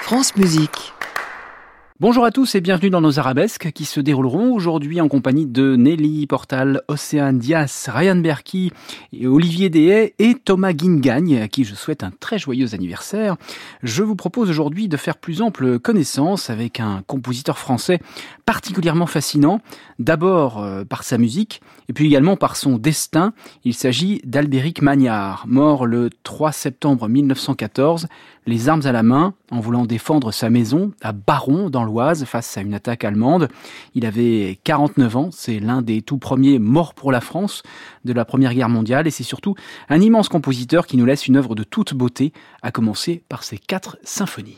France Musique. Bonjour à tous et bienvenue dans nos arabesques qui se dérouleront aujourd'hui en compagnie de Nelly Portal, Océane Dias, Ryan Berky, Olivier Dehaye et Thomas Guingagne, à qui je souhaite un très joyeux anniversaire. Je vous propose aujourd'hui de faire plus ample connaissance avec un compositeur français particulièrement fascinant, d'abord par sa musique et puis également par son destin. Il s'agit d'Albéric Magnard, mort le 3 septembre 1914, les armes à la main, en voulant défendre sa maison à Baron dans l'Oise face à une attaque allemande. Il avait 49 ans, c'est l'un des tout premiers morts pour la France de la Première Guerre mondiale et c'est surtout un immense compositeur qui nous laisse une œuvre de toute beauté, à commencer par ses 4 symphonies.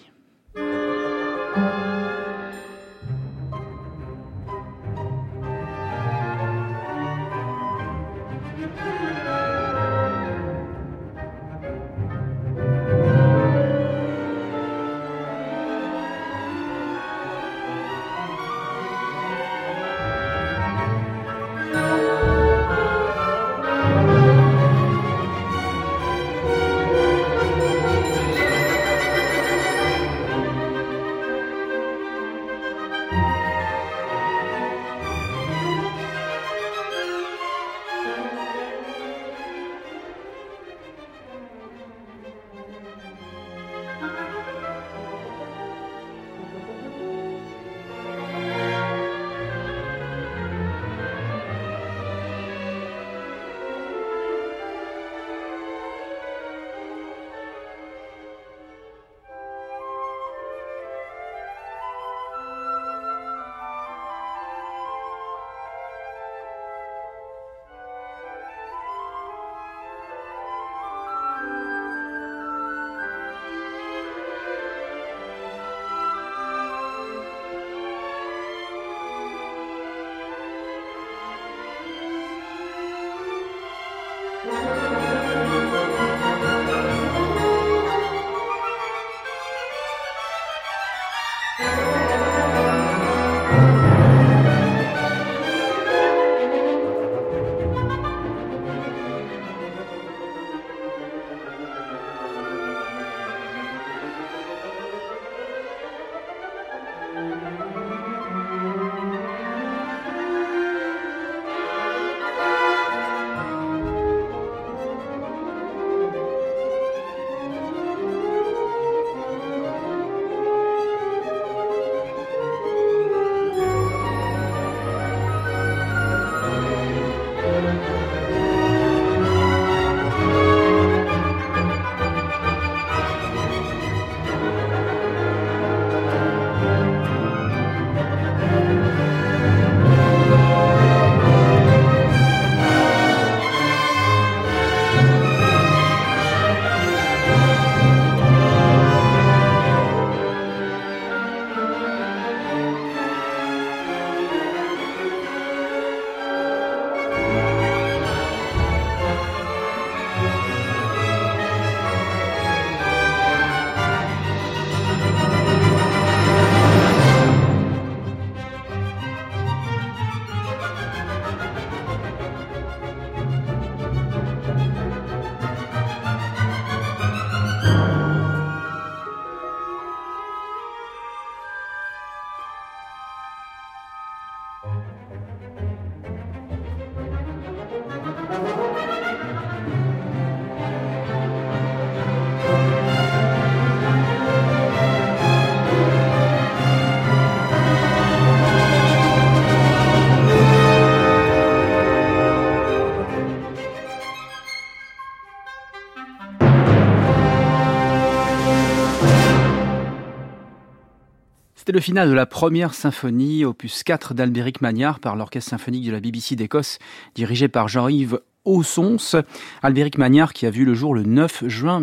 C'était le final de la première symphonie, opus 4 d'Albéric Magnard par l'Orchestre symphonique de la BBC d'Écosse, dirigé par Jean-Yves Aussons. Albéric Magnard qui a vu le jour le 9 juin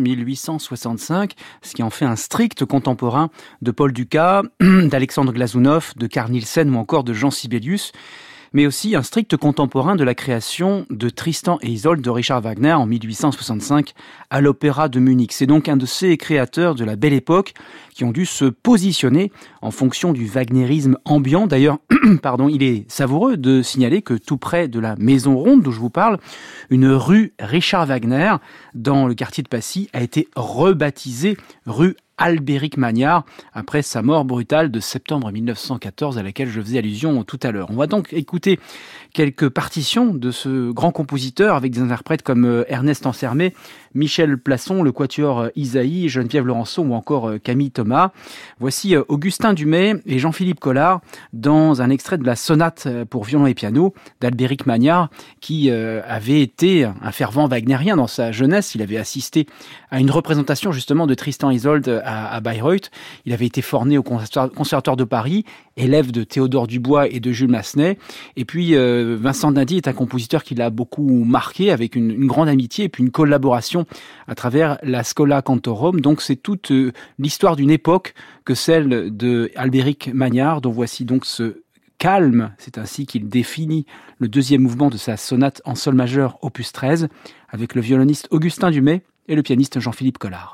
1865, ce qui en fait un strict contemporain de Paul Dukas, d'Alexandre Glazunov, de Carl Nielsen ou encore de Jean Sibelius. mais aussi un strict contemporain de la création de Tristan et Isolde de Richard Wagner en 1865 à l'Opéra de Munich. C'est donc un de ces créateurs de la Belle Époque qui ont dû se positionner en fonction du wagnérisme ambiant. D'ailleurs, il est savoureux de signaler que tout près de la Maison Ronde dont je vous parle, une rue Richard Wagner dans le quartier de Passy a été rebaptisée rue Albéric Magnard, après sa mort brutale de septembre 1914 à laquelle je faisais allusion tout à l'heure. On va donc écouter quelques partitions de ce grand compositeur avec des interprètes comme Ernest Ansermet, Michel Plasson, le quatuor Isaïe, Geneviève Laurenceau ou encore Camille Thomas. Voici Augustin Dumay et Jean-Philippe Collard dans un extrait de la sonate pour violon et piano d'Albéric Magnard qui avait été un fervent wagnérien dans sa jeunesse. Il avait assisté à une représentation justement de Tristan et Isolde à Bayreuth. Il avait été formé au Conservatoire de Paris, élève de Théodore Dubois et de Jules Massenet. Et puis Vincent Dindy est un compositeur qui l'a beaucoup marqué avec une grande amitié et puis une collaboration à travers la Schola Cantorum. Donc c'est toute l'histoire d'une époque que celle de Albéric Magnard, dont voici donc ce calme, c'est ainsi qu'il définit le deuxième mouvement de sa sonate en sol majeur opus 13, avec le violoniste Augustin Dumay et le pianiste Jean-Philippe Collard.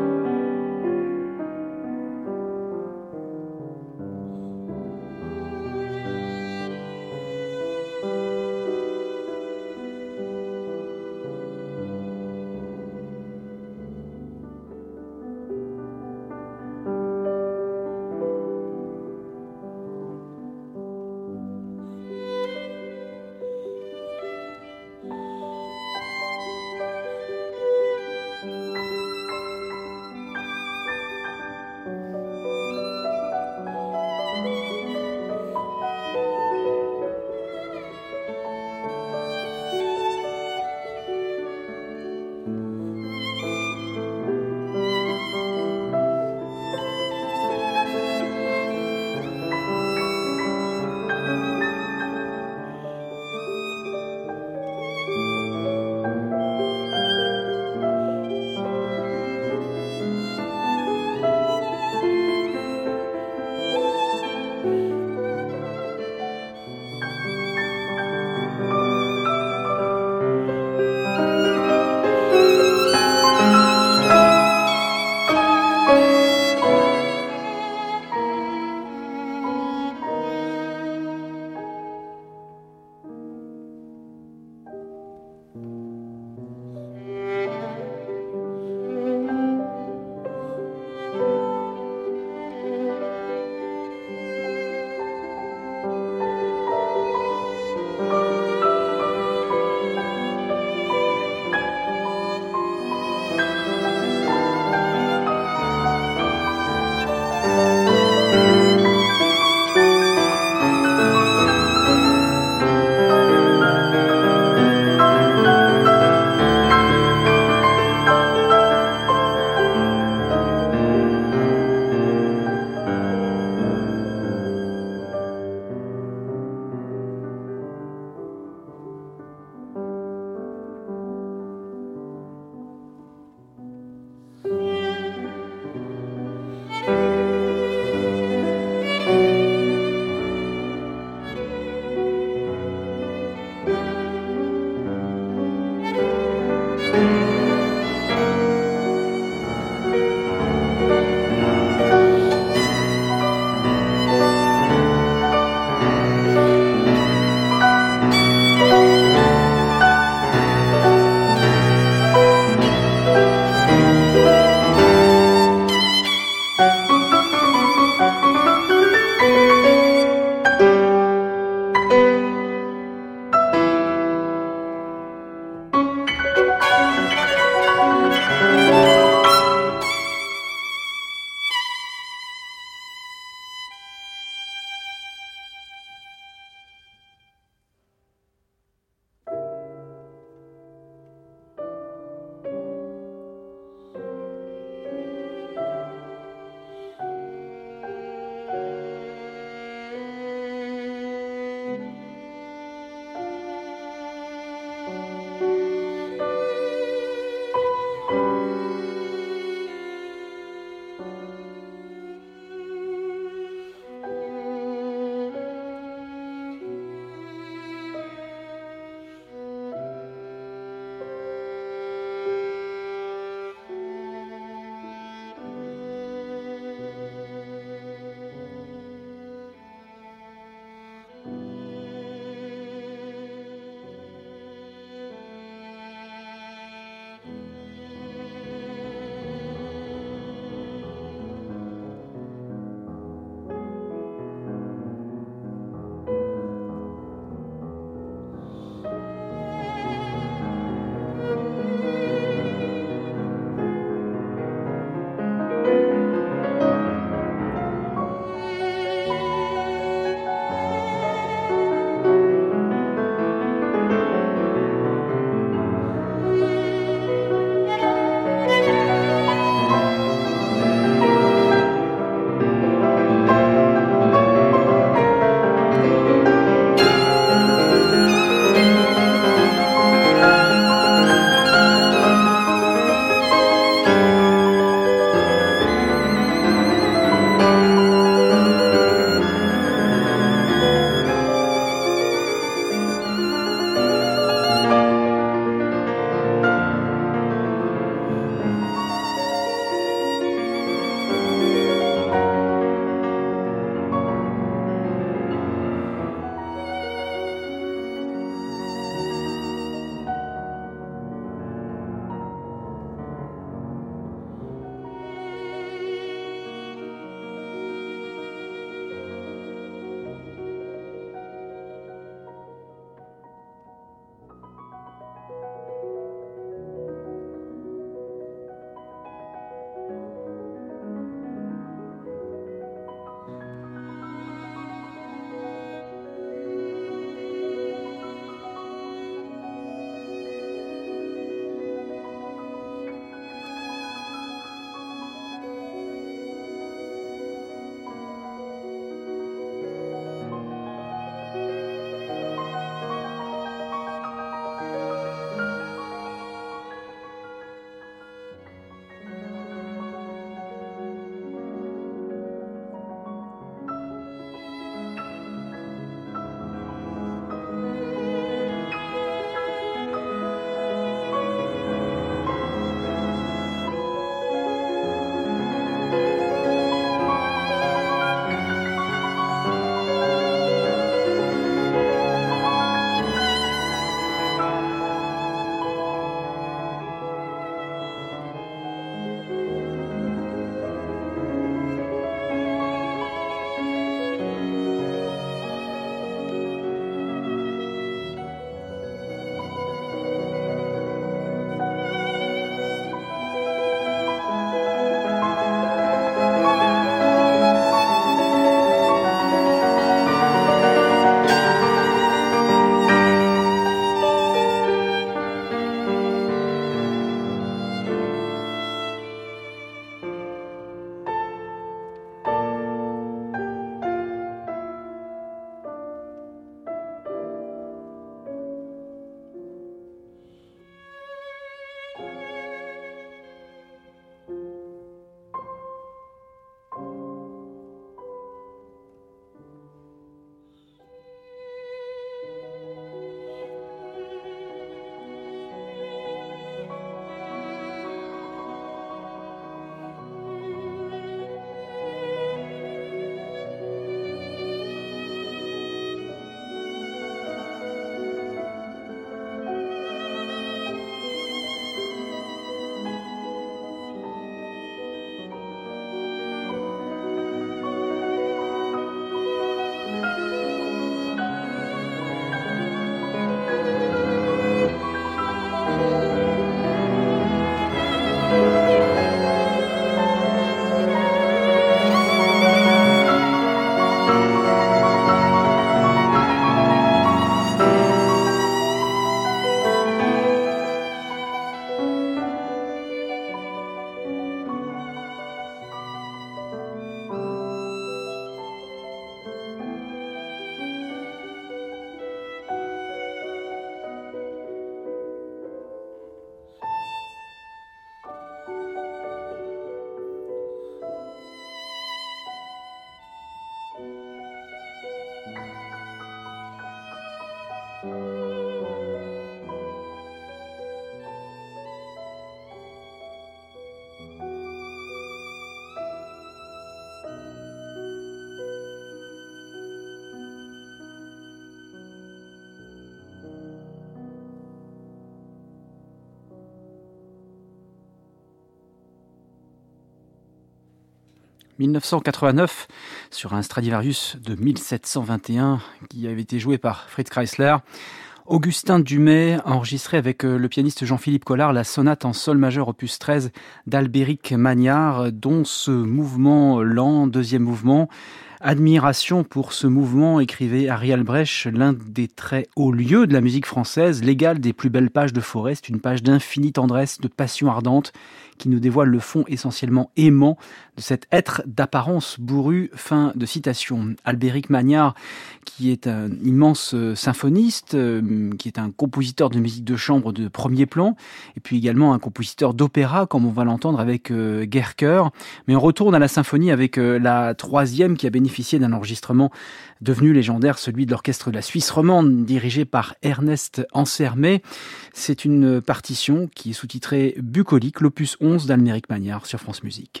1989 sur un Stradivarius de 1721 qui avait été joué par Fritz Kreisler. Augustin Dumay a enregistré avec le pianiste Jean-Philippe Collard la sonate en sol majeur opus 13 d'Albéric Magnard, dont ce mouvement lent, deuxième mouvement. Admiration pour ce mouvement, écrivait Harry Albrecht, l'un des très hauts lieux de la musique française, l'égal des plus belles pages de Forêt, c'est une page d'infinie tendresse, de passion ardente, qui nous dévoile le fond essentiellement aimant de cet être d'apparence bourrue. Fin de citation. Albéric Magnard, qui est un immense symphoniste, qui est un compositeur de musique de chambre de premier plan, et puis également un compositeur d'opéra, comme on va l'entendre avec Gerker. Mais on retourne à la symphonie avec la troisième, qui a bénéficié d'un enregistrement devenu légendaire, celui de l'orchestre de la Suisse romande, dirigé par Ernest Ansermet. C'est une partition qui est sous-titrée Bucolique, l'opus 11 d'Albéric Magnard sur France Musique.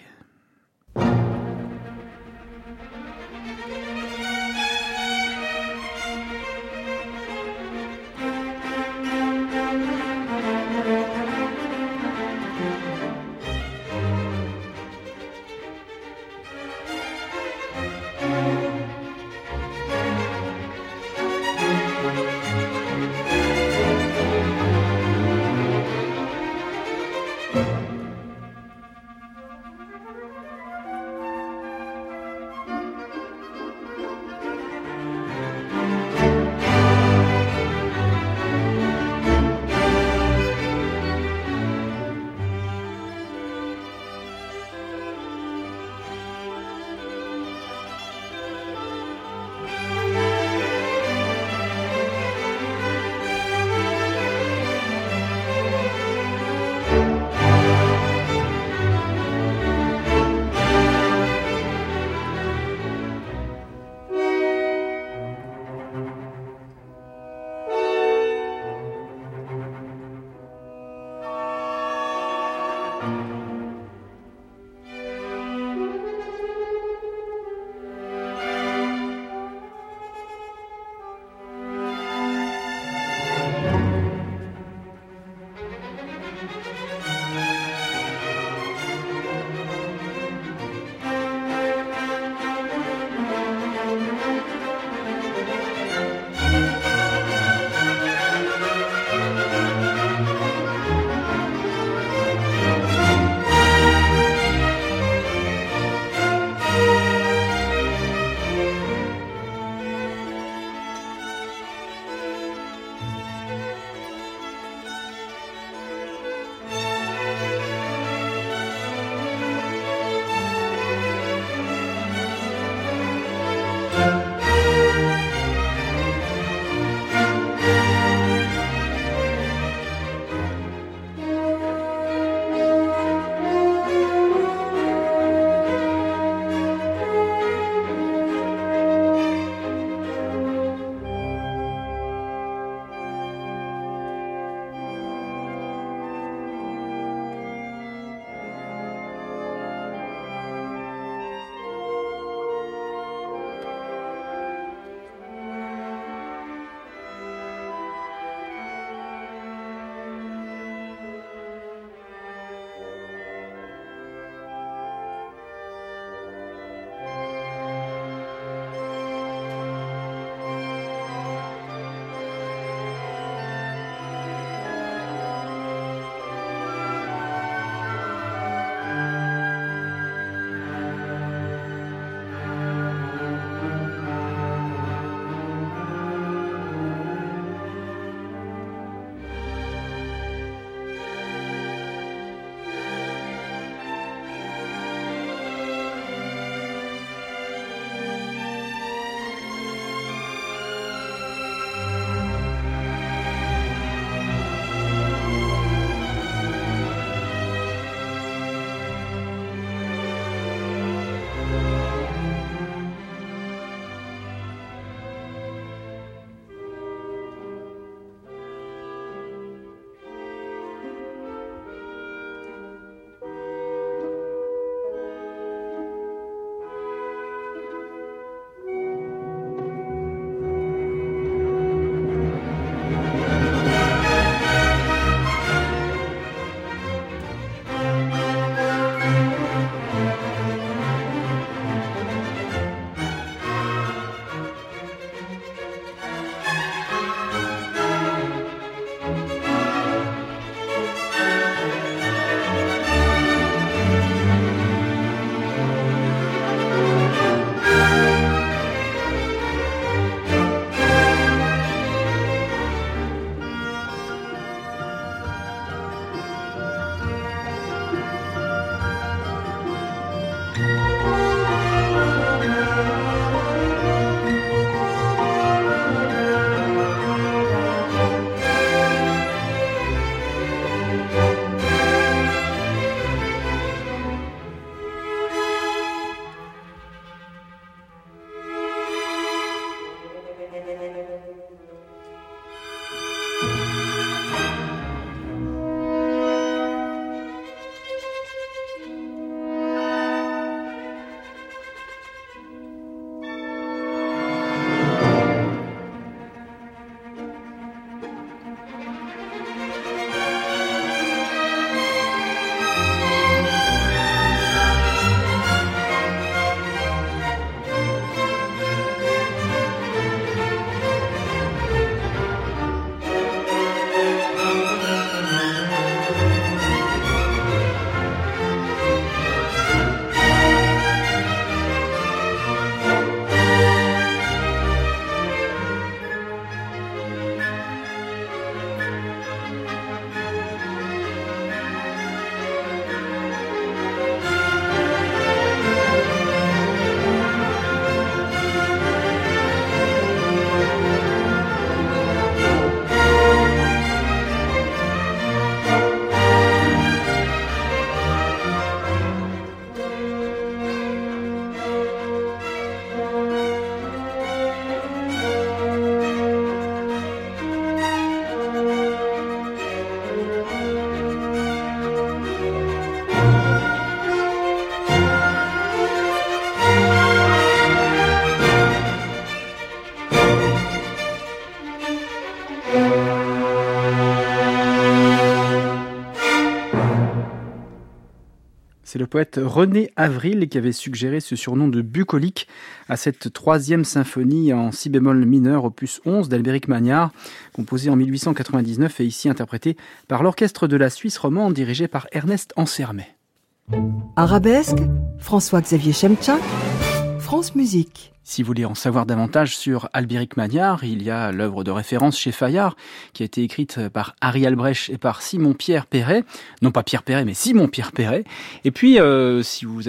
C'est le poète René Avril qui avait suggéré ce surnom de bucolique à cette troisième symphonie en si bémol mineur, opus 11 d'Albéric Magnard, composée en 1899 et ici interprétée par l'orchestre de la Suisse romande dirigé par Ernest Ansermet. Arabesque, François-Xavier Chemtchak, France Musique. Si vous voulez en savoir davantage sur Albéric Magnard, il y a l'œuvre de référence chez Fayard, qui a été écrite par Harry Albrecht et par Simon-Pierre Perret. Non pas Pierre Perret, mais Simon-Pierre Perret. Et puis, si vous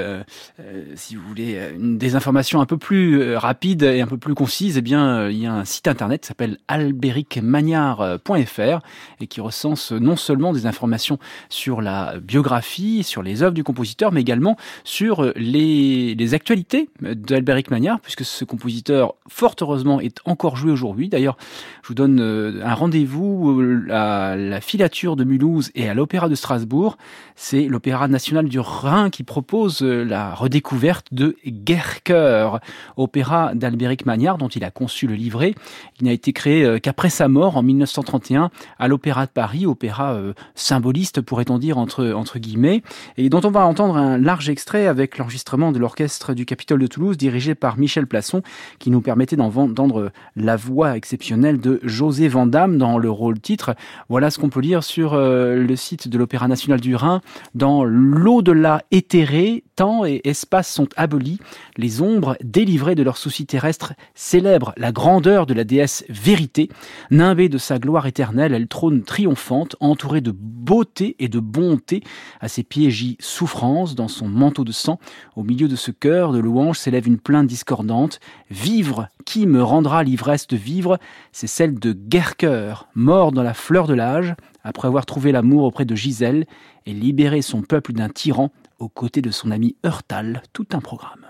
voulez des informations un peu plus rapides et un peu plus concises, eh bien, il y a un site internet qui s'appelle albericmagnard.fr et qui recense non seulement des informations sur la biographie, sur les œuvres du compositeur, mais également sur les actualités d'Albéric Magnard, puisque ce compositeur, fort heureusement, est encore joué aujourd'hui. D'ailleurs, je vous donne un rendez-vous à la Filature de Mulhouse et à l'Opéra de Strasbourg. C'est l'Opéra national du Rhin qui propose la redécouverte de Guercheur, opéra d'Albéric Magnard, dont il a conçu le livret. Il n'a été créé qu'après sa mort, en 1931, à l'Opéra de Paris, opéra symboliste, pourrait-on dire, entre guillemets, et dont on va entendre un large extrait avec l'enregistrement de l'orchestre du Capitole de Toulouse, dirigé par Michel Plasson, qui nous permettait d'entendre la voix exceptionnelle de José Vandamme dans le rôle titre. Voilà ce qu'on peut lire sur le site de l'Opéra national du Rhin. Dans l'au-delà éthéré, temps et espace sont abolis. Les ombres, délivrées de leurs soucis terrestres, célèbrent la grandeur de la déesse Vérité. Nimbée de sa gloire éternelle, elle trône triomphante, entourée de beauté et de bonté. À ses pieds gît Souffrance, dans son manteau de sang. Au milieu de ce chœur de louanges s'élève une plainte discordante. Vivre, qui me rendra l'ivresse de vivre? C'est celle de Guercheur, mort dans la fleur de l'âge, après avoir trouvé l'amour auprès de Gisèle et libéré son peuple d'un tyran aux côtés de son ami Heurtal. Tout un programme.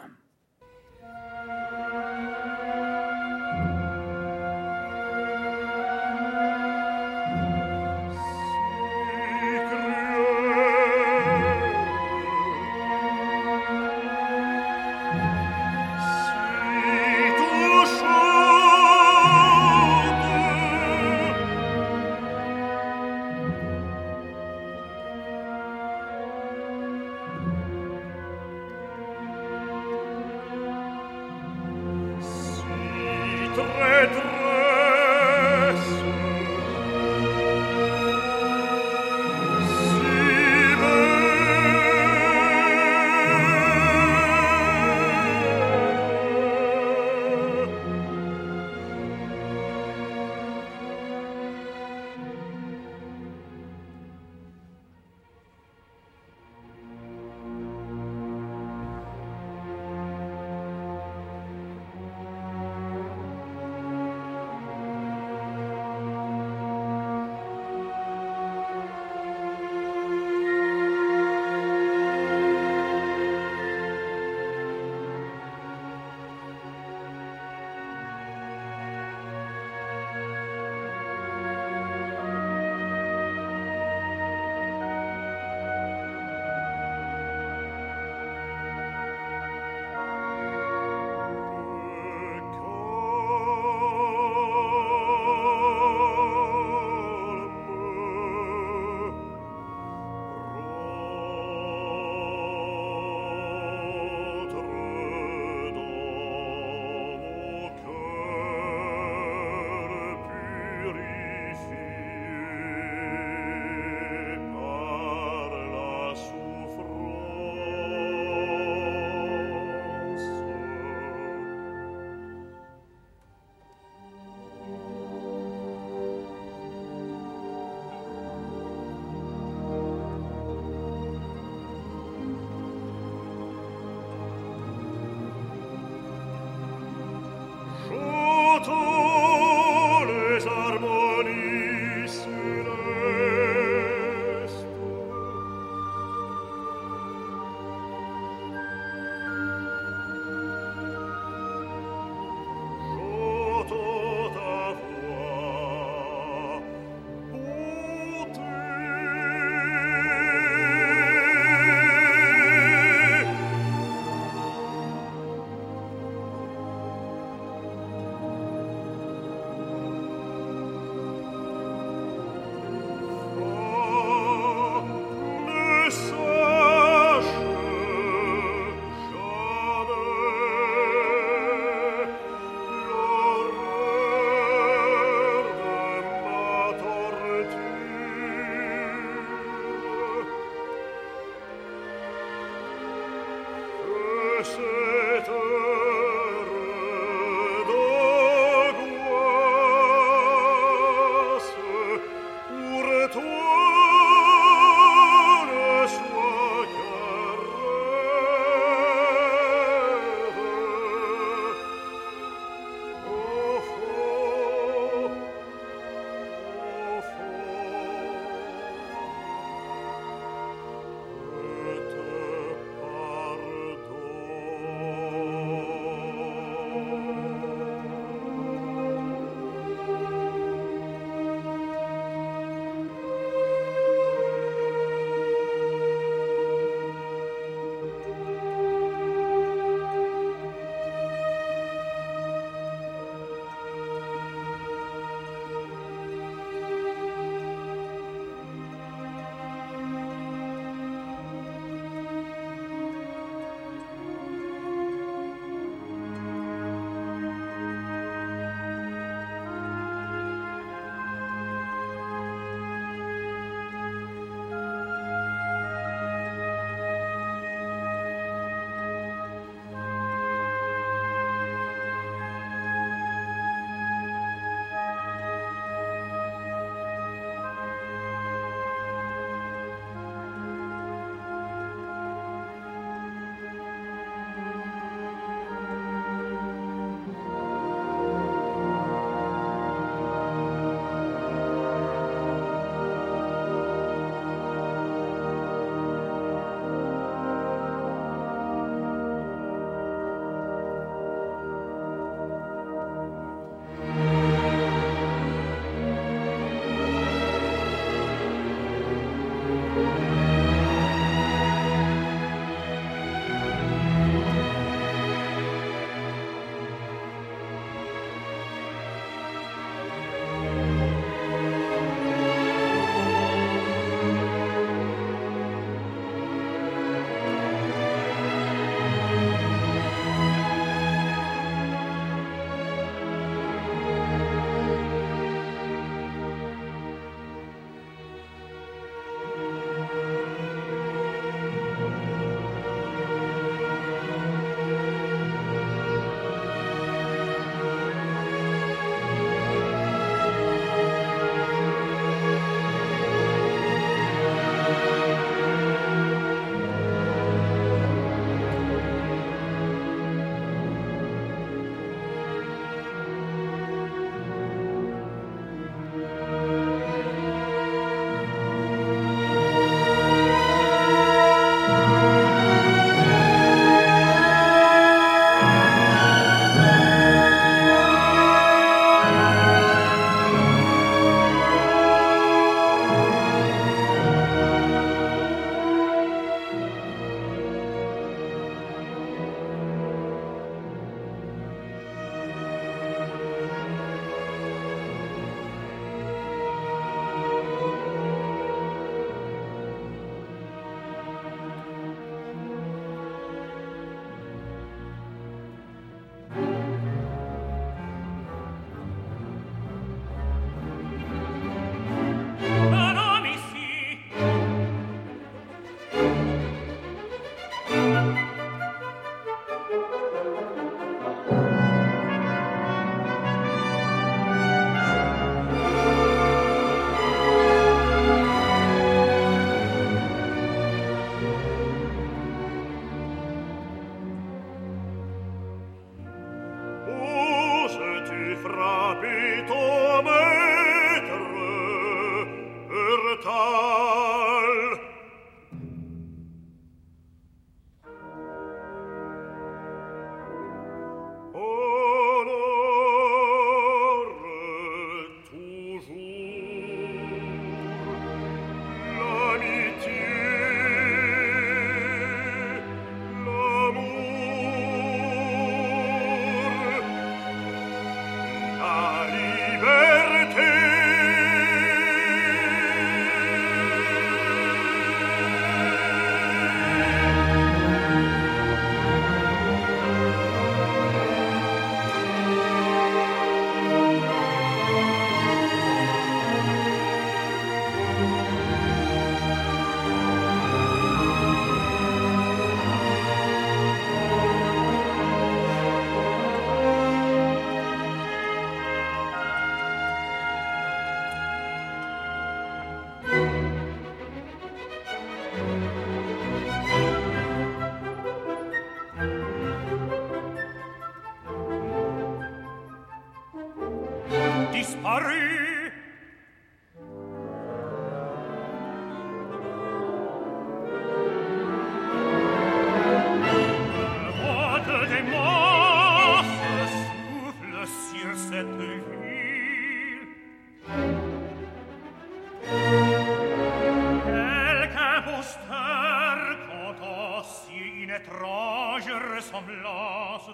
étrange ressemblance.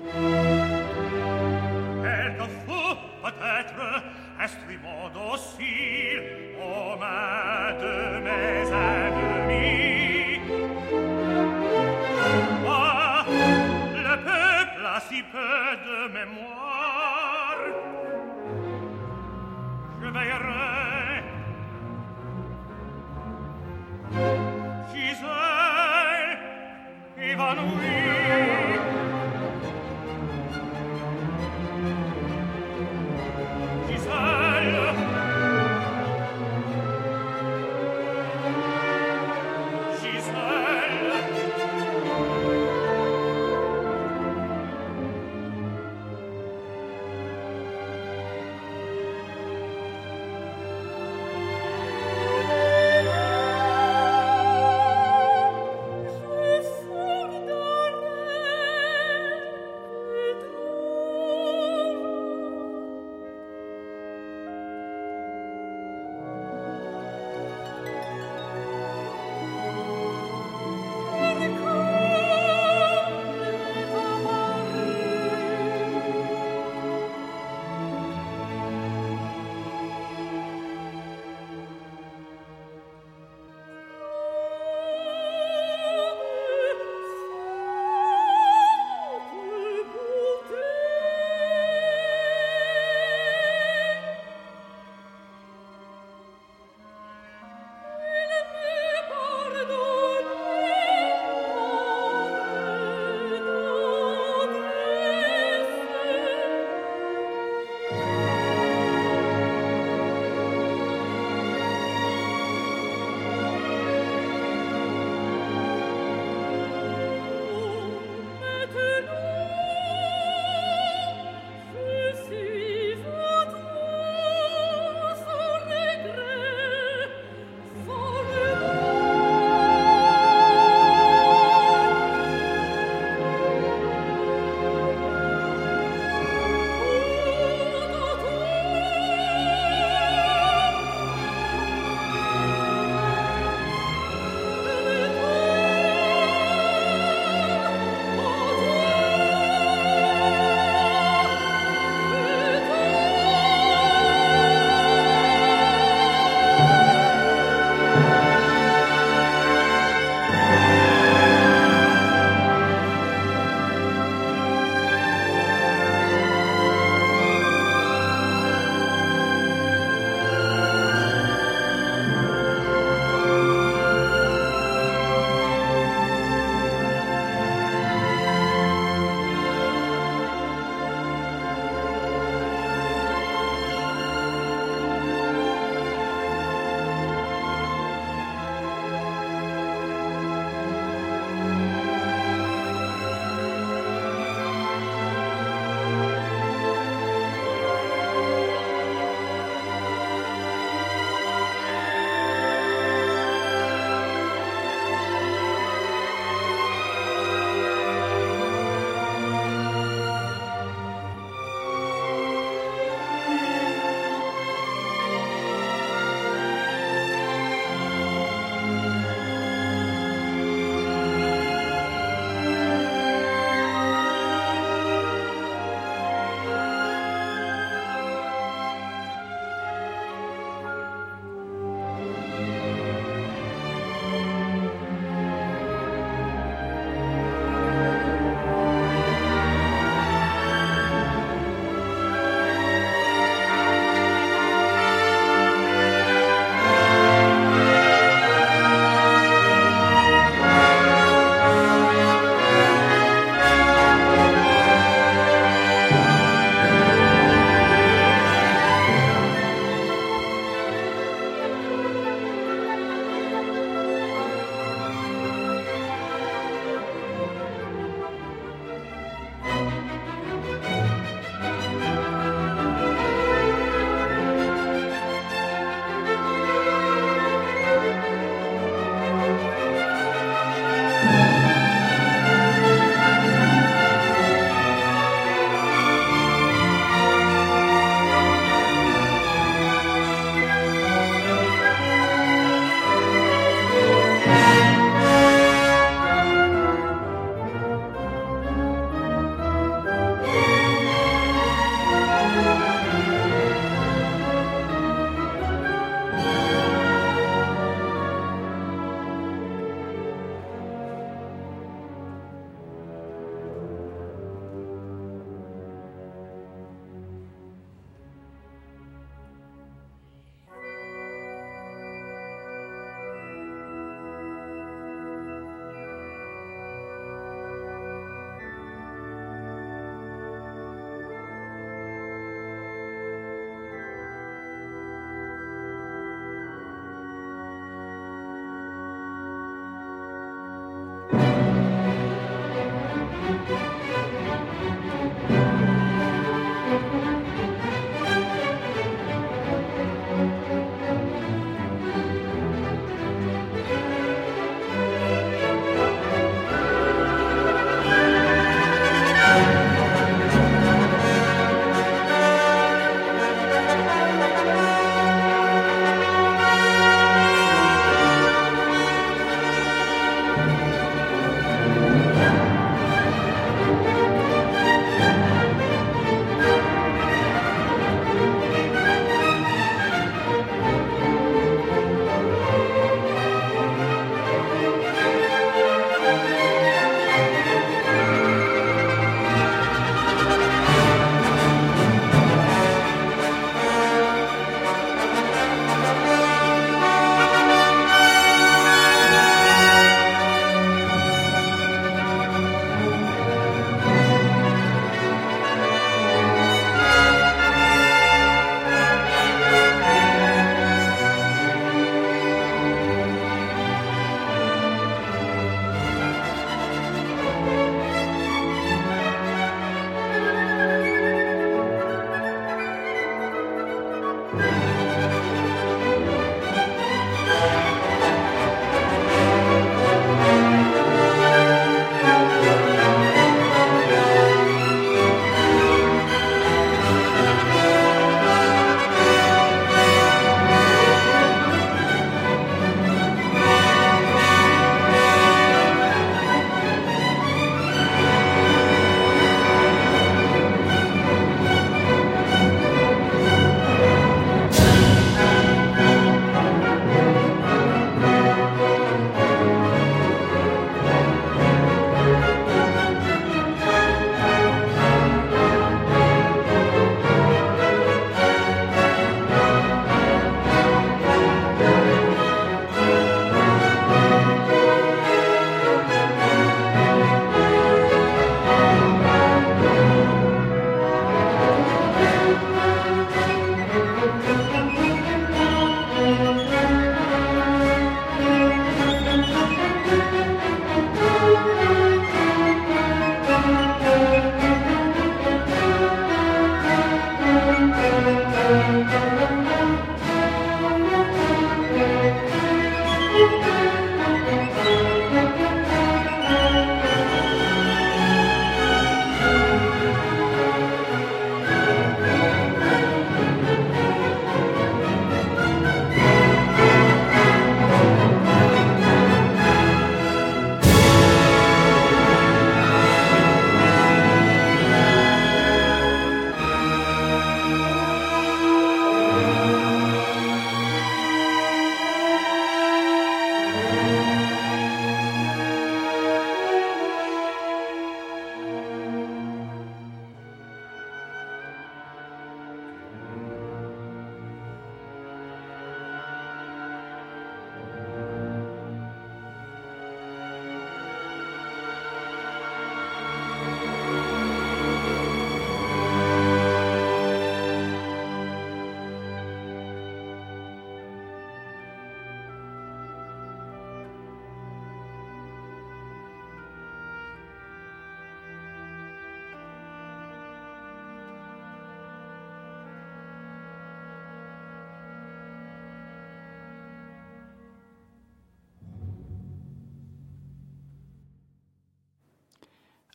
Elle fut peut-être instrument docile aux mains de mes ennemis. Moi, le peuple a si peu de mémoire. Je veillerai. Gisèle, évanouie. Gisèle. Gisèle. Je fous dans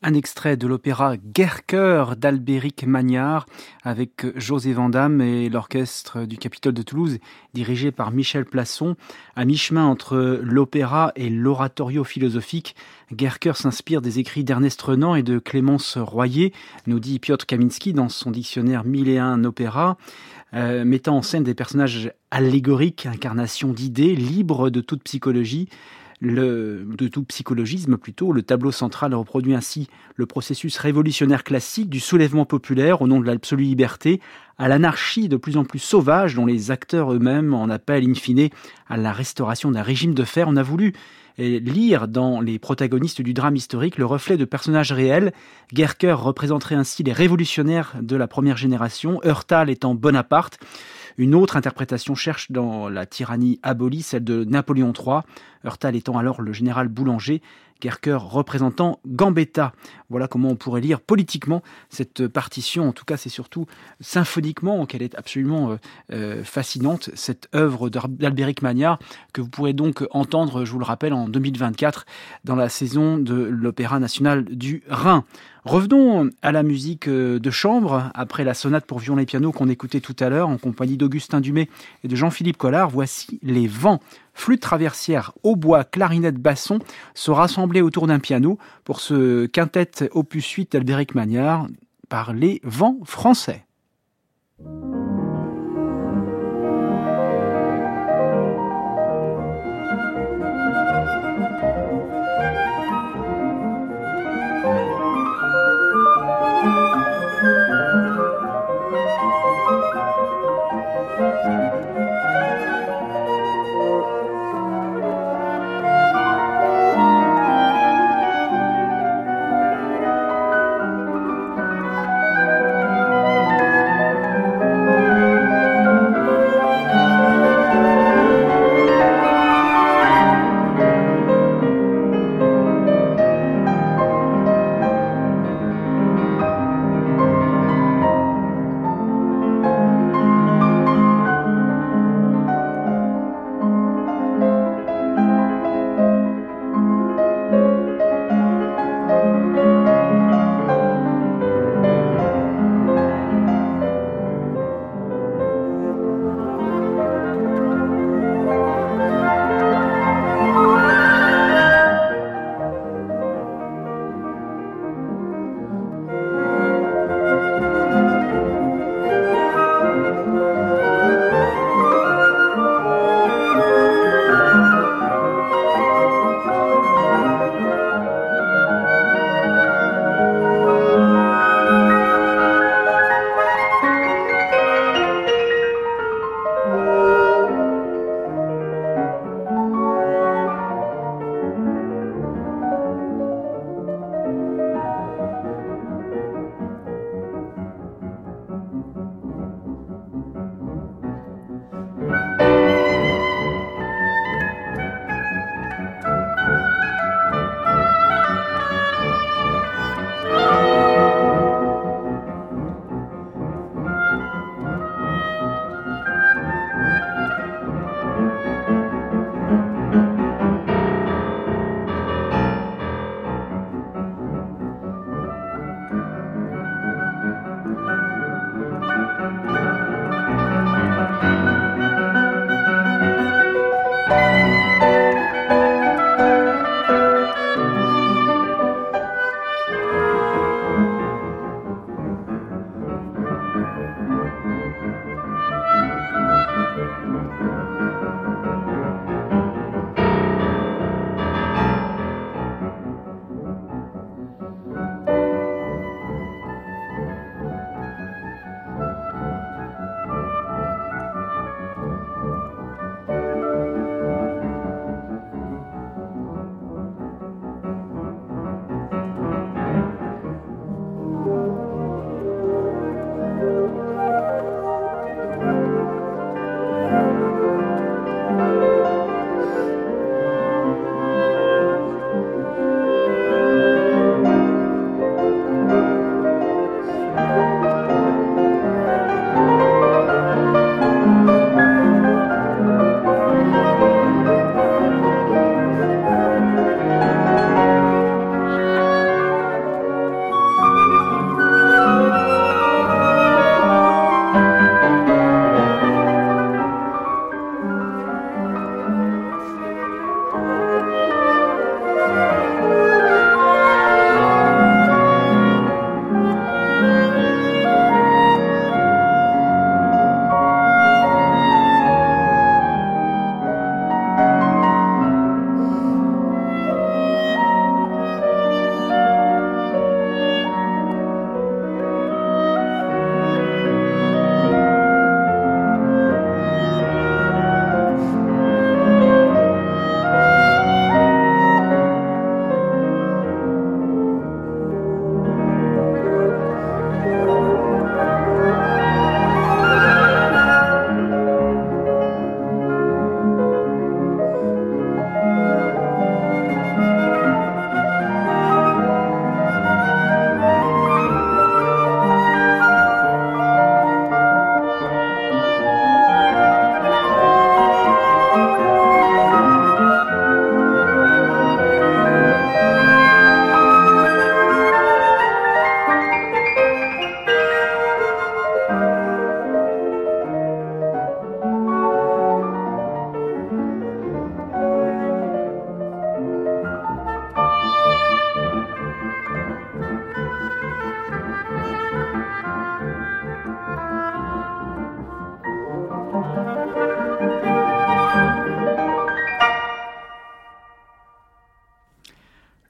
Un extrait de l'opéra Guercheur d'Albéric Magnard avec José Vandamme et l'orchestre du Capitole de Toulouse dirigé par Michel Plasson. À mi-chemin entre l'opéra et l'oratorio philosophique, Guercheur s'inspire des écrits d'Ernest Renan et de Clémence Royer, nous dit Piotr Kaminski dans son dictionnaire 1001 opéras, mettant en scène des personnages allégoriques, incarnations d'idées, libres de toute psychologie, de tout psychologisme plutôt. Le tableau central reproduit ainsi le processus révolutionnaire classique du soulèvement populaire au nom de l'absolue liberté à l'anarchie de plus en plus sauvage dont les acteurs eux-mêmes en appellent in fine à la restauration d'un régime de fer. On a voulu lire dans les protagonistes du drame historique le reflet de personnages réels. Guercheur représenterait ainsi les révolutionnaires de la première génération, Heurtal étant Bonaparte. Une autre interprétation cherche dans la tyrannie abolie, celle de Napoléon III, Heurtal étant alors le général Boulanger, Guercheur représentant Gambetta. Voilà comment on pourrait lire politiquement cette partition. En tout cas, c'est surtout symphoniquement qu'elle est absolument fascinante, cette œuvre d'Albéric Magnard, que vous pourrez donc entendre, je vous le rappelle, en 2024, dans la saison de l'Opéra national du Rhin. Revenons à la musique de chambre. Après la sonate pour violon et piano qu'on écoutait tout à l'heure en compagnie d'Augustin Dumay et de Jean-Philippe Collard, voici Les Vents. Flûte traversière, hautbois, clarinette, basson se rassemblaient autour d'un piano pour ce quintet opus 8 d'Albéric Magnard par Les Vents français.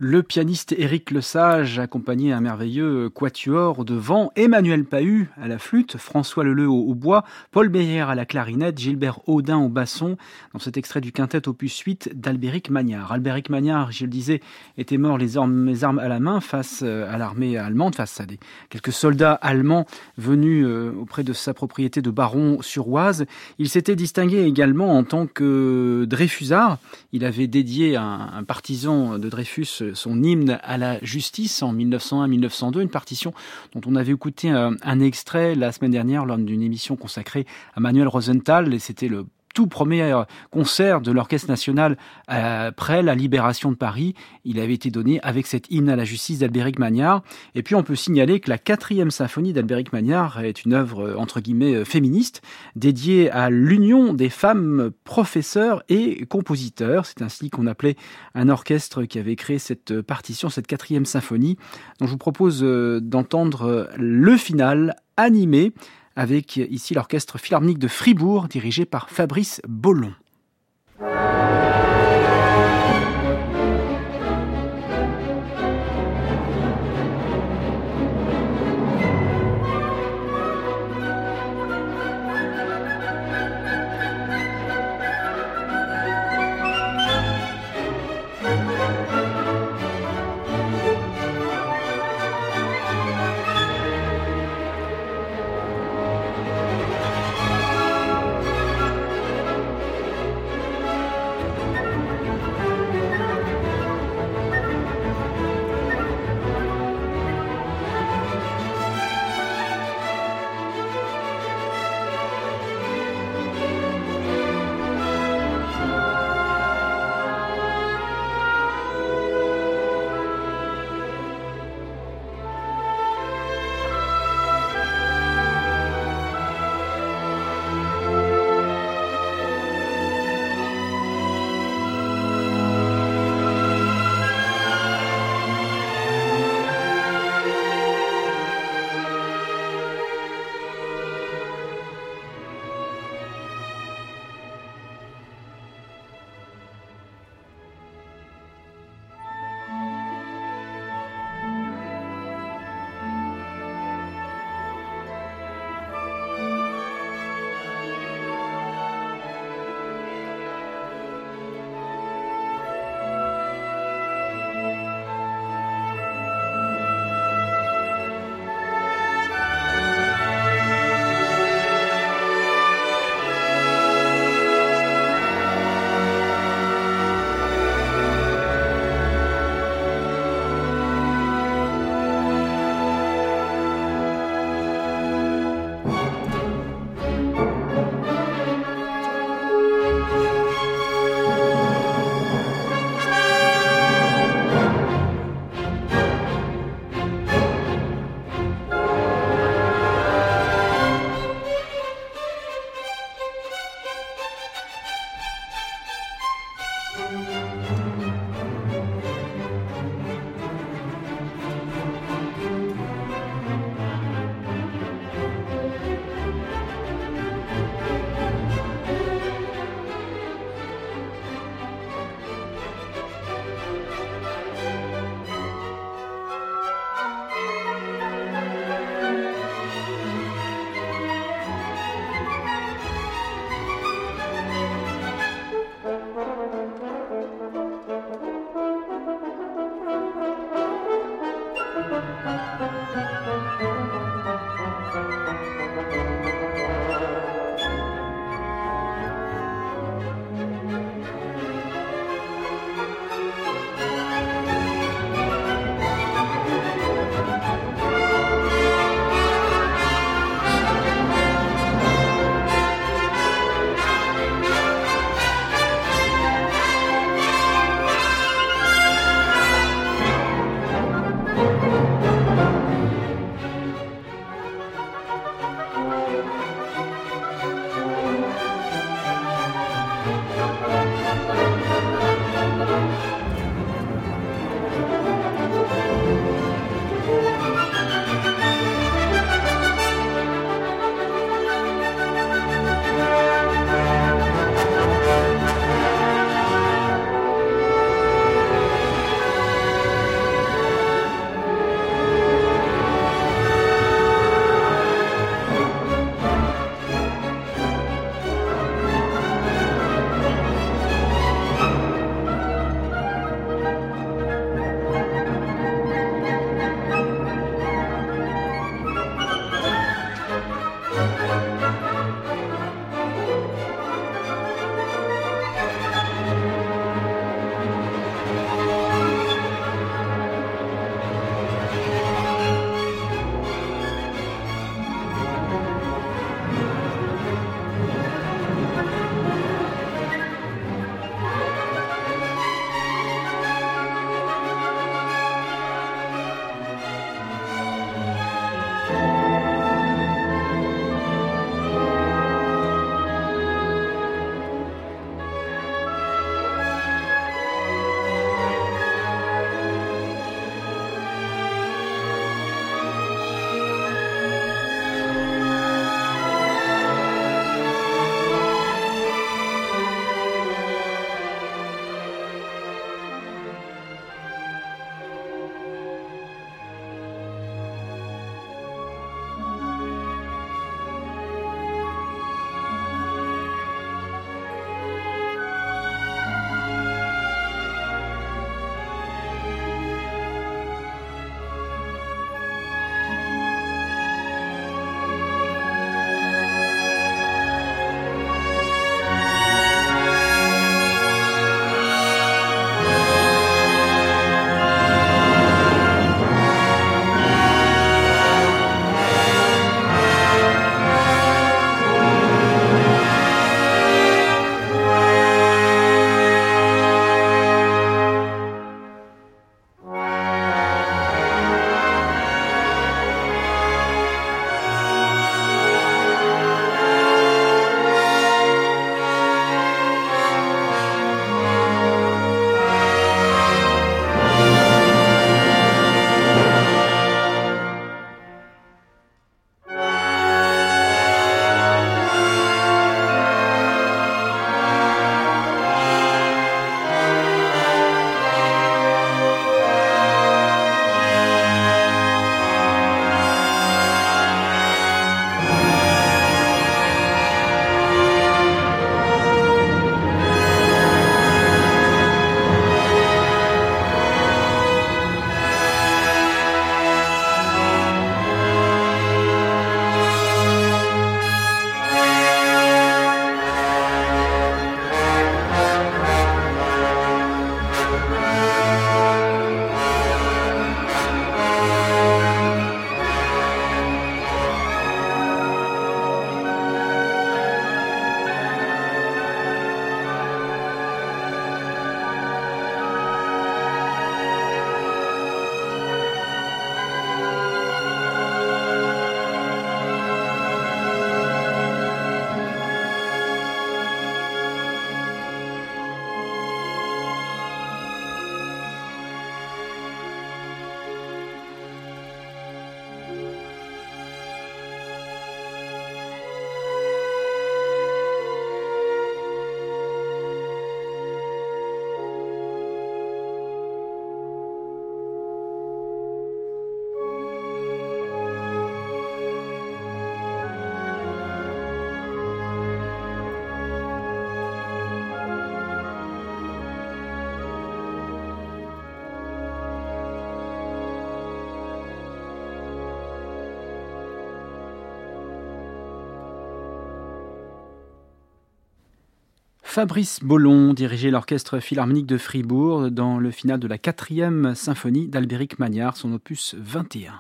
Le pianiste Éric Lesage accompagnait un merveilleux quatuor de vent, Emmanuel Pahud à la flûte, François Leleu au bois, Paul Beyer à la clarinette, Gilbert Audin au basson, dans cet extrait du quintet opus 8 d'Albéric Magnard. Albéric Magnard, je le disais, était mort les armes à la main face à l'armée allemande, face à quelques soldats allemands venus auprès de sa propriété de Baron-sur-Oise. Il s'était distingué également en tant que Dreyfusard. Il avait dédié à un partisan de Dreyfus son hymne à la justice en 1901-1902, une partition dont on avait écouté un extrait la semaine dernière lors d'une émission consacrée à Manuel Rosenthal, et c'était le tout premier concert de l'Orchestre national après la libération de Paris. Il avait été donné avec cet hymne à la justice d'Albéric Magnard. Et puis on peut signaler que la 4e symphonie d'Albéric Magnard est une œuvre entre guillemets féministe, dédiée à l'union des femmes professeurs et compositeurs. C'est ainsi qu'on appelait un orchestre qui avait créé cette partition, cette 4e symphonie, dont je vous propose d'entendre le final animé avec ici l'Orchestre Philharmonique de Fribourg, dirigé par Fabrice Bollon. Fabrice Bollon dirigeait l'Orchestre Philharmonique de Fribourg dans le final de la 4e symphonie d'Albéric Magnard, son opus 21.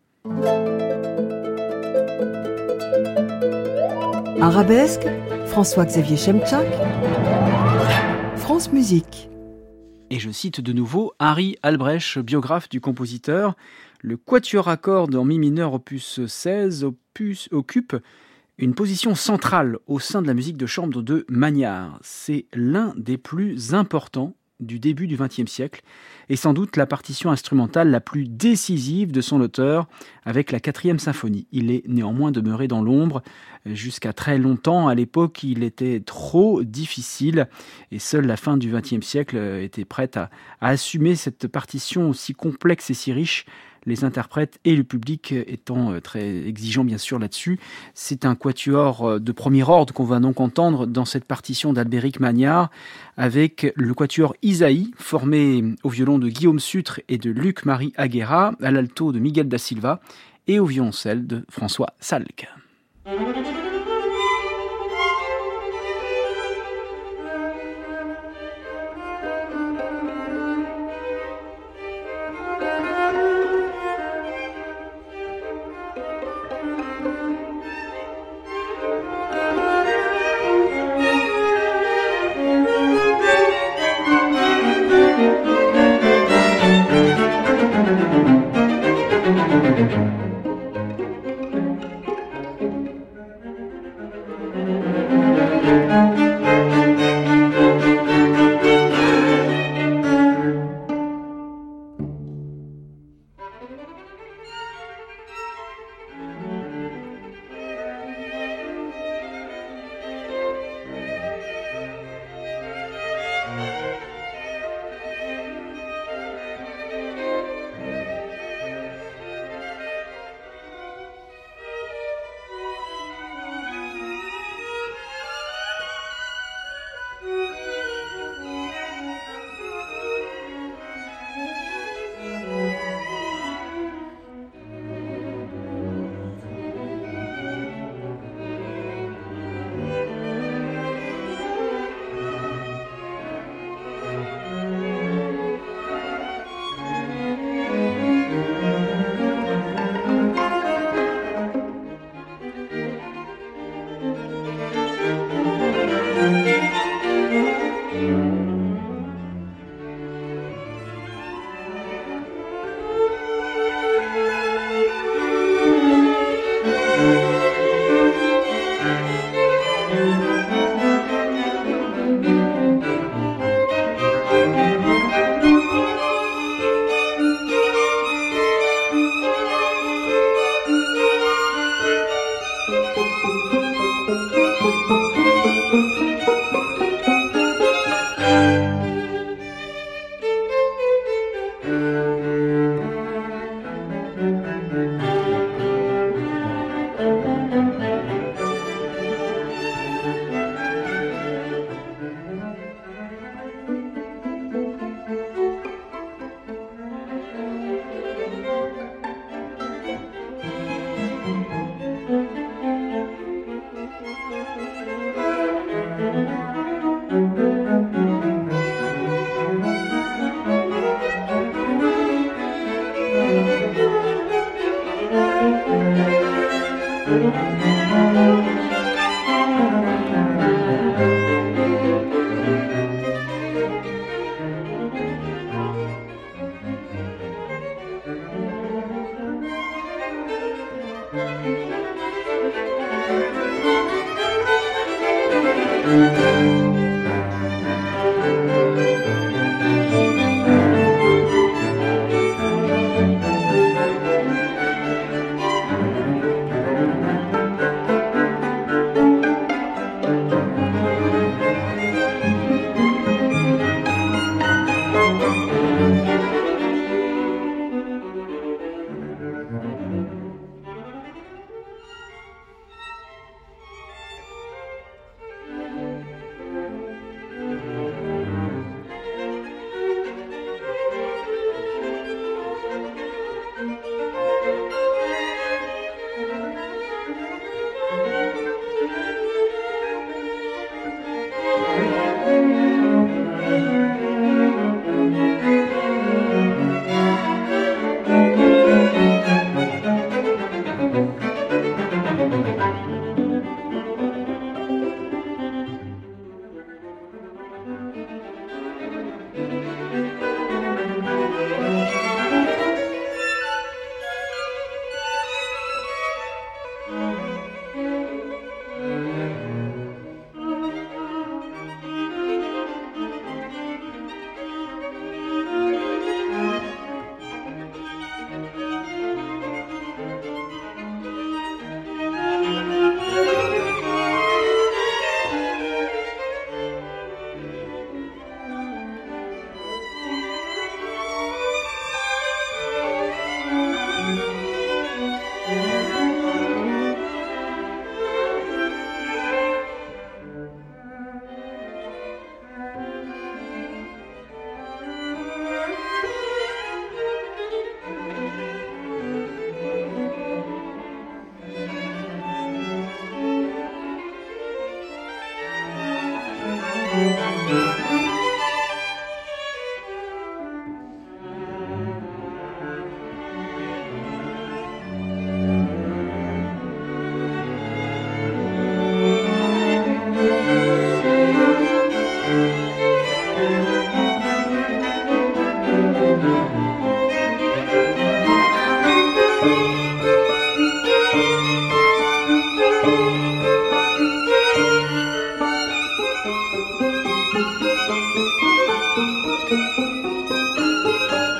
Arabesque, François-Xavier Chemtchak, France Musique. Et je cite de nouveau Harry Albrecht, biographe du compositeur. Le quatuor à cordes en mi mineur opus 16 occupe une position centrale au sein de la musique de chambre de Magnard. C'est l'un des plus importants du début du XXe siècle et sans doute la partition instrumentale la plus décisive de son auteur avec la 4e symphonie. Il est néanmoins demeuré dans l'ombre jusqu'à très longtemps. À l'époque, il était trop difficile et seule la fin du XXe siècle était prête à assumer cette partition aussi complexe et si riche, les interprètes et le public étant très exigeants bien sûr là-dessus. C'est un quatuor de premier ordre qu'on va donc entendre dans cette partition d'Albéric Magnard avec le quatuor Isaïe, formé au violon de Guillaume Sutre et de Luc-Marie Aguera, à l'alto de Miguel da Silva et au violoncelle de François Salk.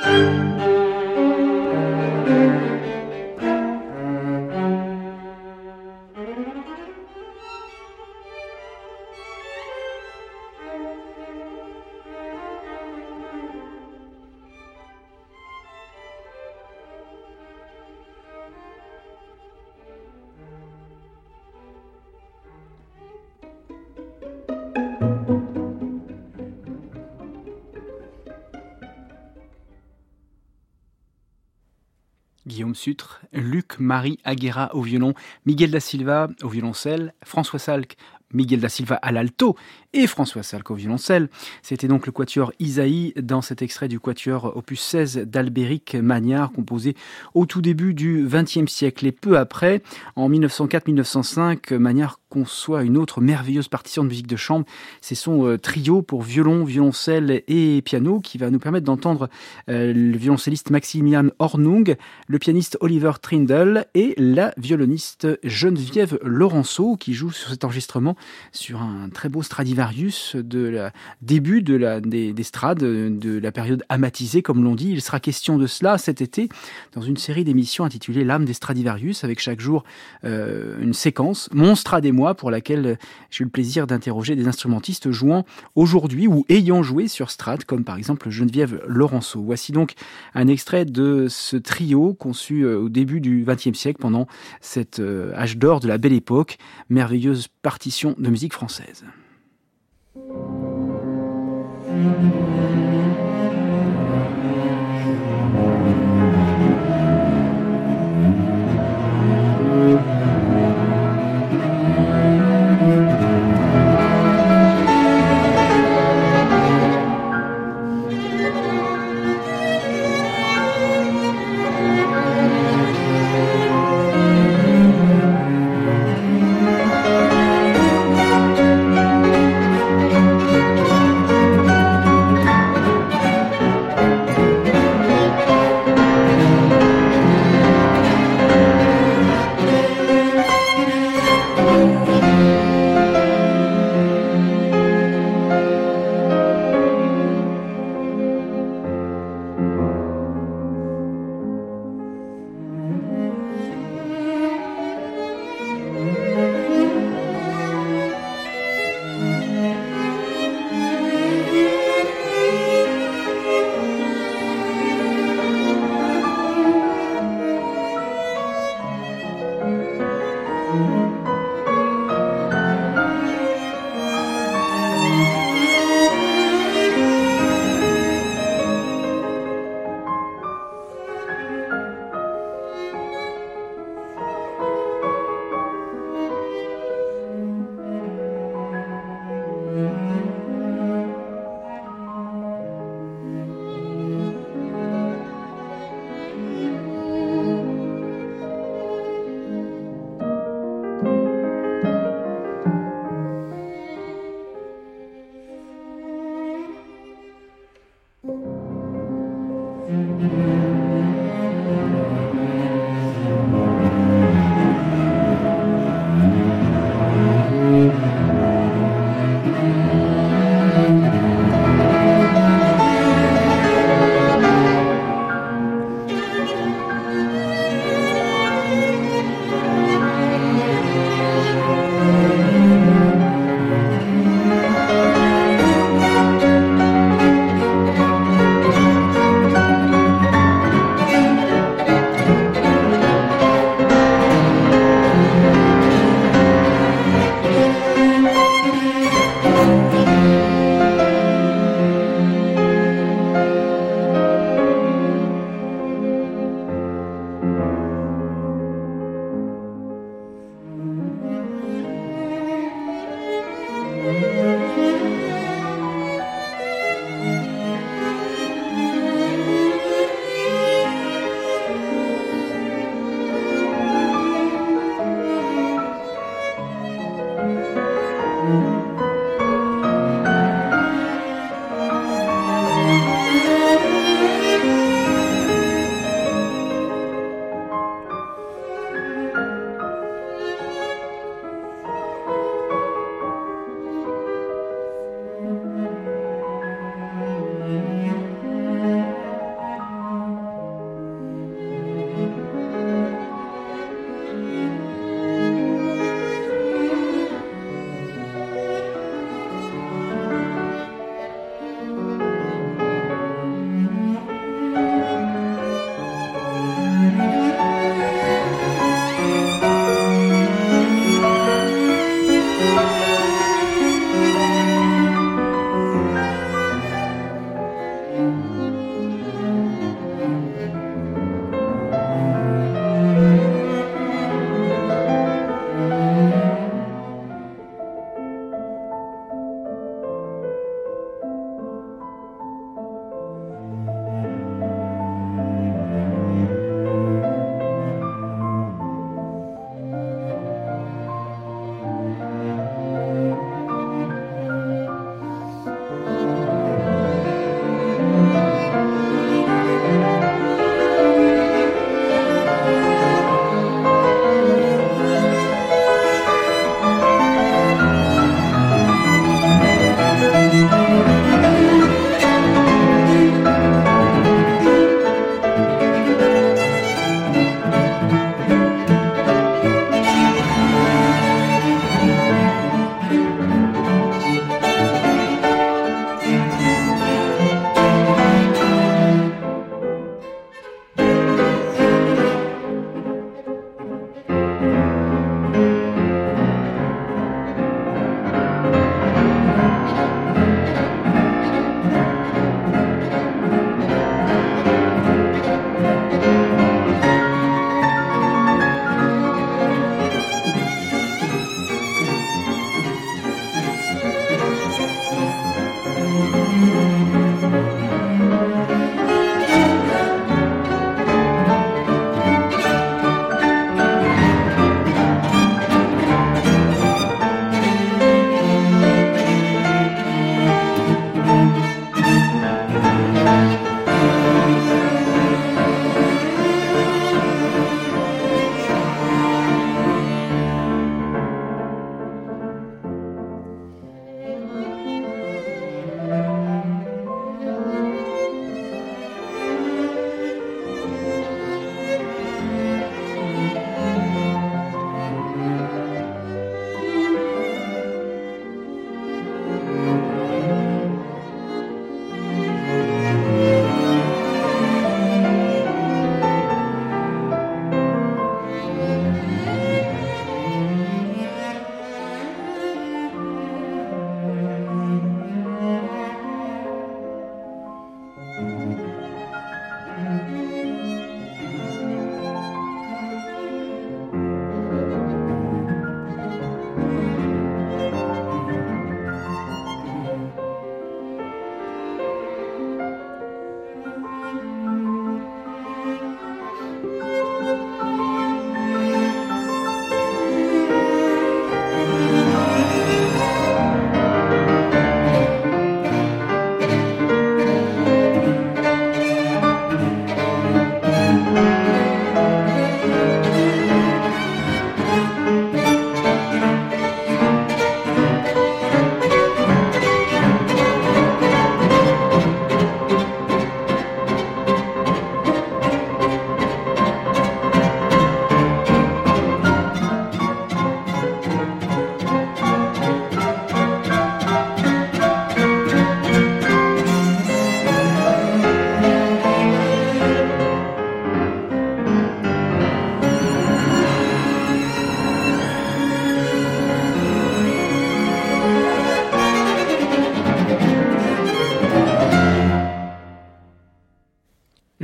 Guillaume Sutre, Luc-Marie Aguera au violon, Miguel da Silva au violoncelle, François Salk, Miguel da Silva à l'alto et François Salk au violoncelle. C'était donc le quatuor Isaïe dans cet extrait du quatuor opus 16 d'Albéric Magnard, composé au tout début du XXe siècle. Et peu après, en 1904-1905, Magnard conçoit une autre merveilleuse partition de musique de chambre. C'est son trio pour violon, violoncelle et piano qui va nous permettre d'entendre le violoncelliste Maximilian Hornung, le pianiste Oliver Trindle et la violoniste Geneviève Laurenceau qui joue sur cet enregistrement sur un très beau Stradivarius début des Strades, de la période amatisée comme l'on dit. Il sera question de cela cet été dans une série d'émissions intitulée L'âme des Stradivarius, avec chaque jour une séquence, Mon Strad et moi, pour laquelle j'ai eu le plaisir d'interroger des instrumentistes jouant aujourd'hui ou ayant joué sur Strad, comme par exemple Geneviève Laurenceau. Voici donc un extrait de ce trio conçu au début du XXe siècle, pendant cet âge d'or de la Belle Époque, merveilleuse partition de musique française.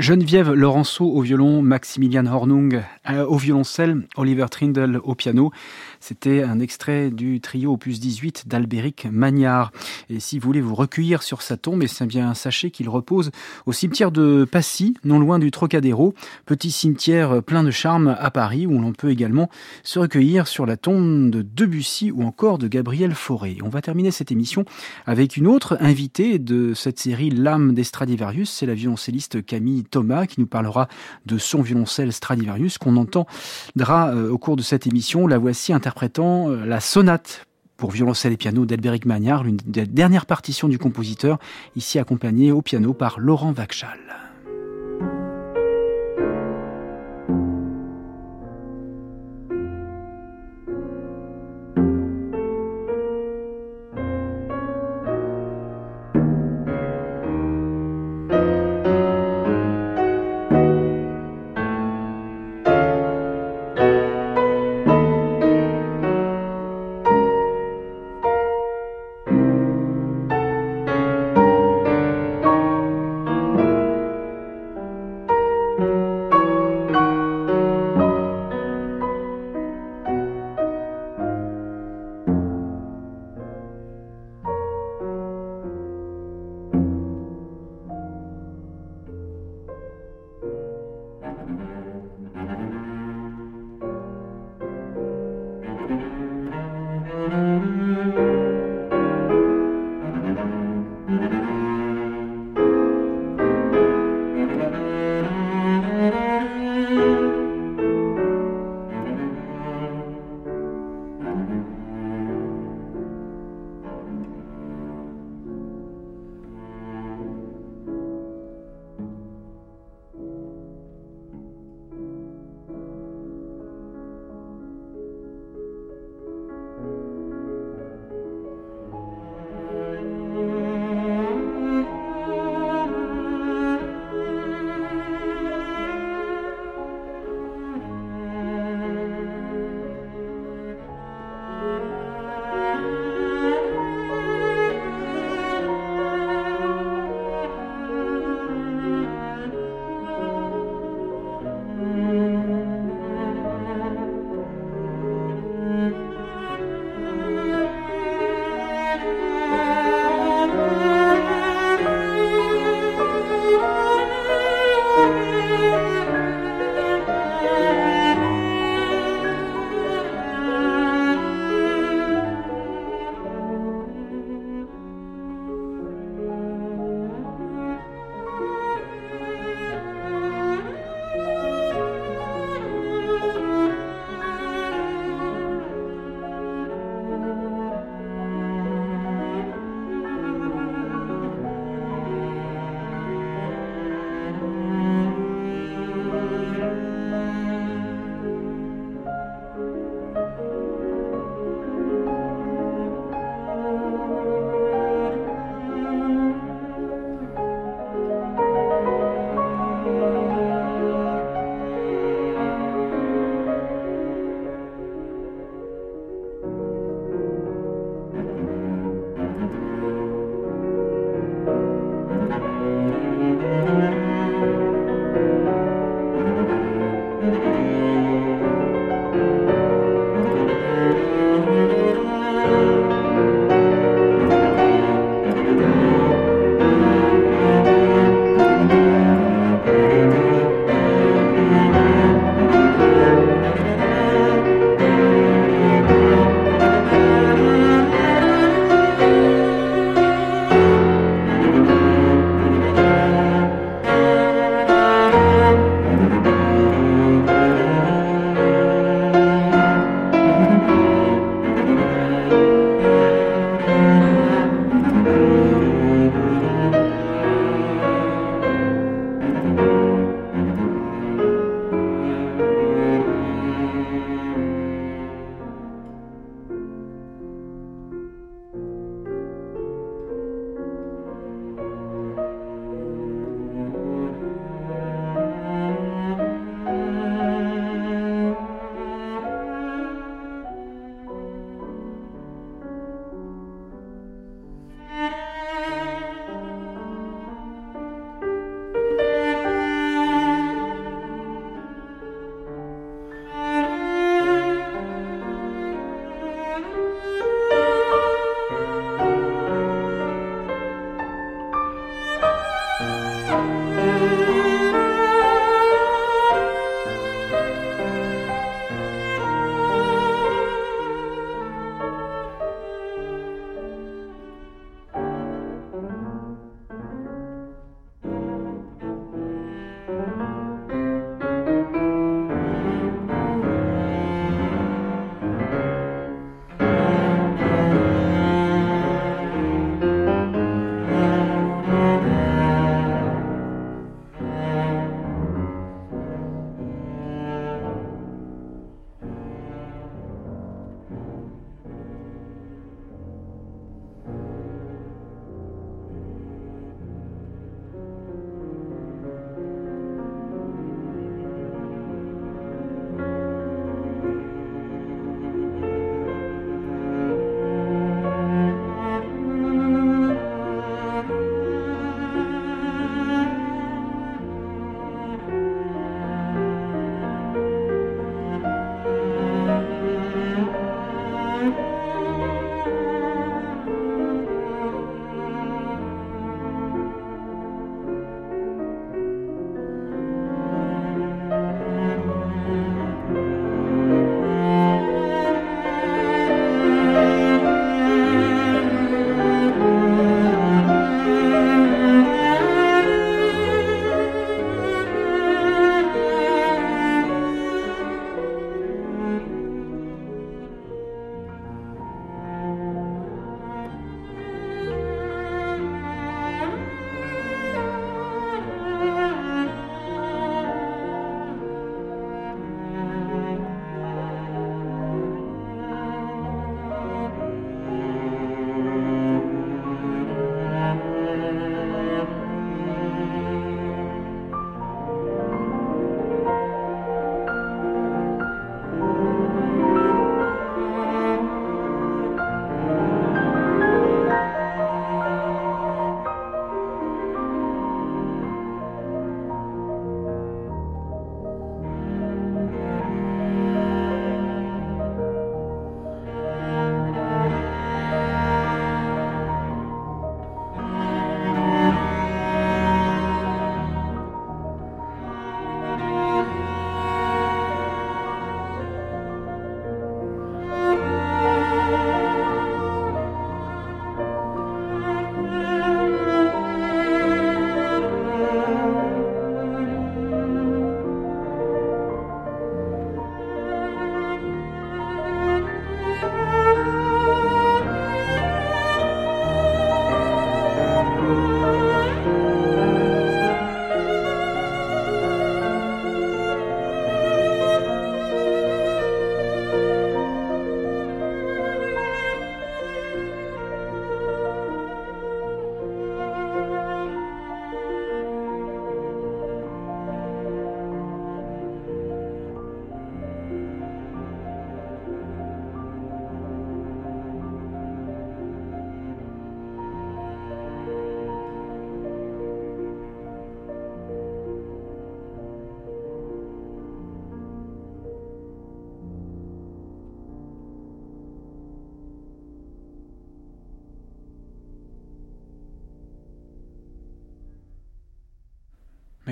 Geneviève Laurenceau au violon, Maximilian Hornung au violoncelle, Oliver Trindle au piano. C'était un extrait du trio opus 18 d'Albéric Magnard. Et si vous voulez vous recueillir sur sa tombe, c'est bien sachez qu'il repose au cimetière de Passy, non loin du Trocadéro, petit cimetière plein de charme à Paris, où l'on peut également se recueillir sur la tombe de Debussy ou encore de Gabriel Fauré. On va terminer cette émission avec une autre invitée de cette série L'âme des Stradivarius, c'est la violoncelliste Camille Thomas qui nous parlera de son violoncelle Stradivarius qu'on entendra au cours de cette émission. La voici interprétant la sonate pour violoncelle et piano d'Albéric Magnard, l'une des dernières partitions du compositeur, ici accompagnée au piano par Laurent Vachal.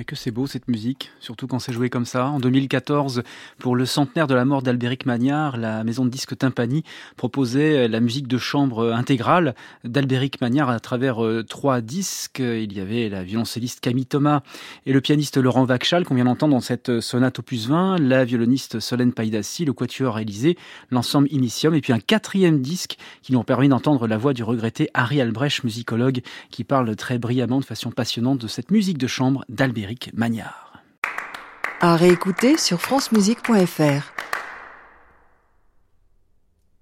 Et que c'est beau cette musique, surtout quand c'est joué comme ça. En 2014, pour le centenaire de la mort d'Albéric Magnard, la maison de disques Tympanie proposait la musique de chambre intégrale d'Albéric Magnard à travers 3 disques. Il y avait la violoncelliste Camille Thomas et le pianiste Laurent Vachal qu'on vient d'entendre dans cette sonate opus 20, la violoniste Solène Païdassi, le quatuor Élysée, l'ensemble Initium et puis un 4e disque qui nous ont permis d'entendre la voix du regretté Harry Albrecht, musicologue, qui parle très brillamment, de façon passionnante, de cette musique de chambre d'Albéric Magnard. À réécouter sur francemusique.fr.